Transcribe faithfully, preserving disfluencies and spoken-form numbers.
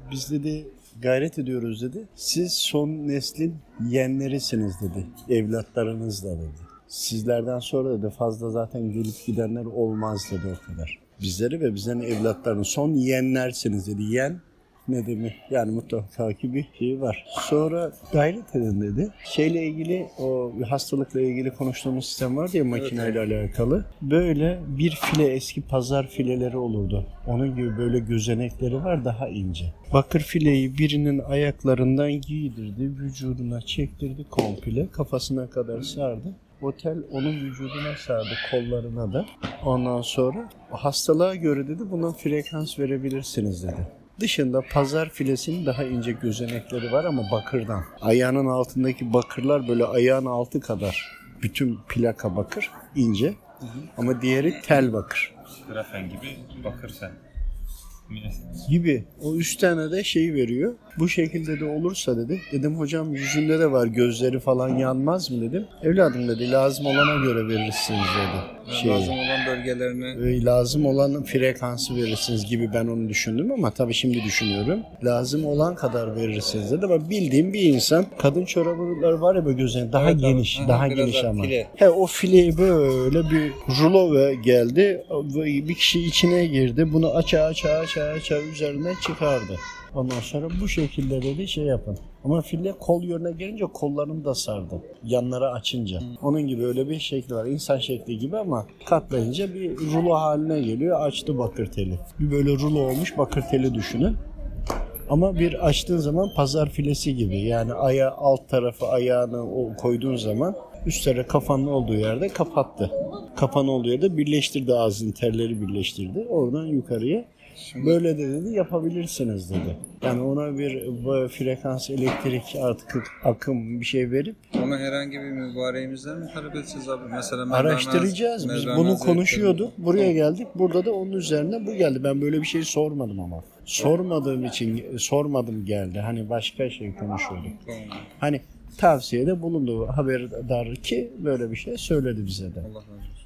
Biz dedi gayret ediyoruz dedi. Siz son neslin yeğenlerisiniz dedi. Evlatlarınız da dedi. Sizlerden sonra dedi fazla zaten gelip gidenler olmaz dedi o kadar. Bizleri ve bizlerin evlatlarını son yeğenlersiniz dedi. Yeğen ne demek? Yani mutlaka ki bir şey var. Sonra gayret edin dedi. Şeyle ilgili o hastalıkla ilgili konuştuğumuz sistem vardı ya makineyle evet, alakalı. Böyle bir file eski pazar fileleri olurdu. Onun gibi böyle gözenekleri var daha ince. Bakır fileyi birinin ayaklarından giydirdi, vücuduna çektirdi komple, kafasına kadar sardı. Otel onun vücuduna sardı, kollarına da. Ondan sonra hastalığa göre dedi buna frekans verebilirsiniz dedi. Dışında pazar filesinin daha ince gözenekleri var ama bakırdan. Ayağının altındaki bakırlar böyle ayağın altı kadar. Bütün plaka bakır, ince. Hı hı. Ama diğeri tel bakır. Grafen gibi bakır sen. Gibi. O üç tane de şey veriyor. Bu şekilde de olursa dedi. Dedim hocam yüzünde de var gözleri falan yanmaz mı dedim. Evladım dedi lazım olana göre verirsiniz dedi. Şey, lazım olan bölgelerine. Lazım olan frekansı verirsiniz gibi ben onu düşündüm ama tabii şimdi düşünüyorum. Lazım olan kadar verirsiniz dedi ama bildiğim bir insan kadın çoraplar var ya böyle gözlerine daha evet, geniş, aha, daha geniş ama. File. He o fileyi böyle bir rulo ve geldi. Bir kişi içine girdi. Bunu aça aça aça aça üzerinden çıkardı. Ondan sonra bu şekilde dedi şey yapın. Ama file kol yönüne gelince kollarını da sardı. Yanlara açınca. Hmm. Onun gibi öyle bir şekli var. İnsan şekli gibi ama katlayınca bir rulo haline geliyor. Açtı bakır teli. Bir böyle rulo olmuş bakır teli düşünün. Ama bir açtığın zaman pazar filesi gibi. Yani ayağı alt tarafı ayağını o koyduğun zaman üst tarafı kafanın olduğu yerde kapattı. Kafanın olduğu yerde birleştirdi ağzını, terleri birleştirdi. Oradan yukarıya. Şimdi, böyle de dedi yapabilirsiniz dedi. Yani ona bir frekans, elektrik artık akım bir şey verip ona herhangi bir mübareğimizden mi talep edeceğiz abi? Mesela araştıracağız. Mevlana, biz Mevlana bunu konuşuyorduk. Buraya geldik. Burada da onun üzerine bu geldi. Ben böyle bir şey sormadım ama. Sormadığım için sormadım geldi. Hani başka şey konuşuyorduk. Hani tavsiyede bulundu haberdar ki böyle bir şey söyledi bize de. Allah razı olsun.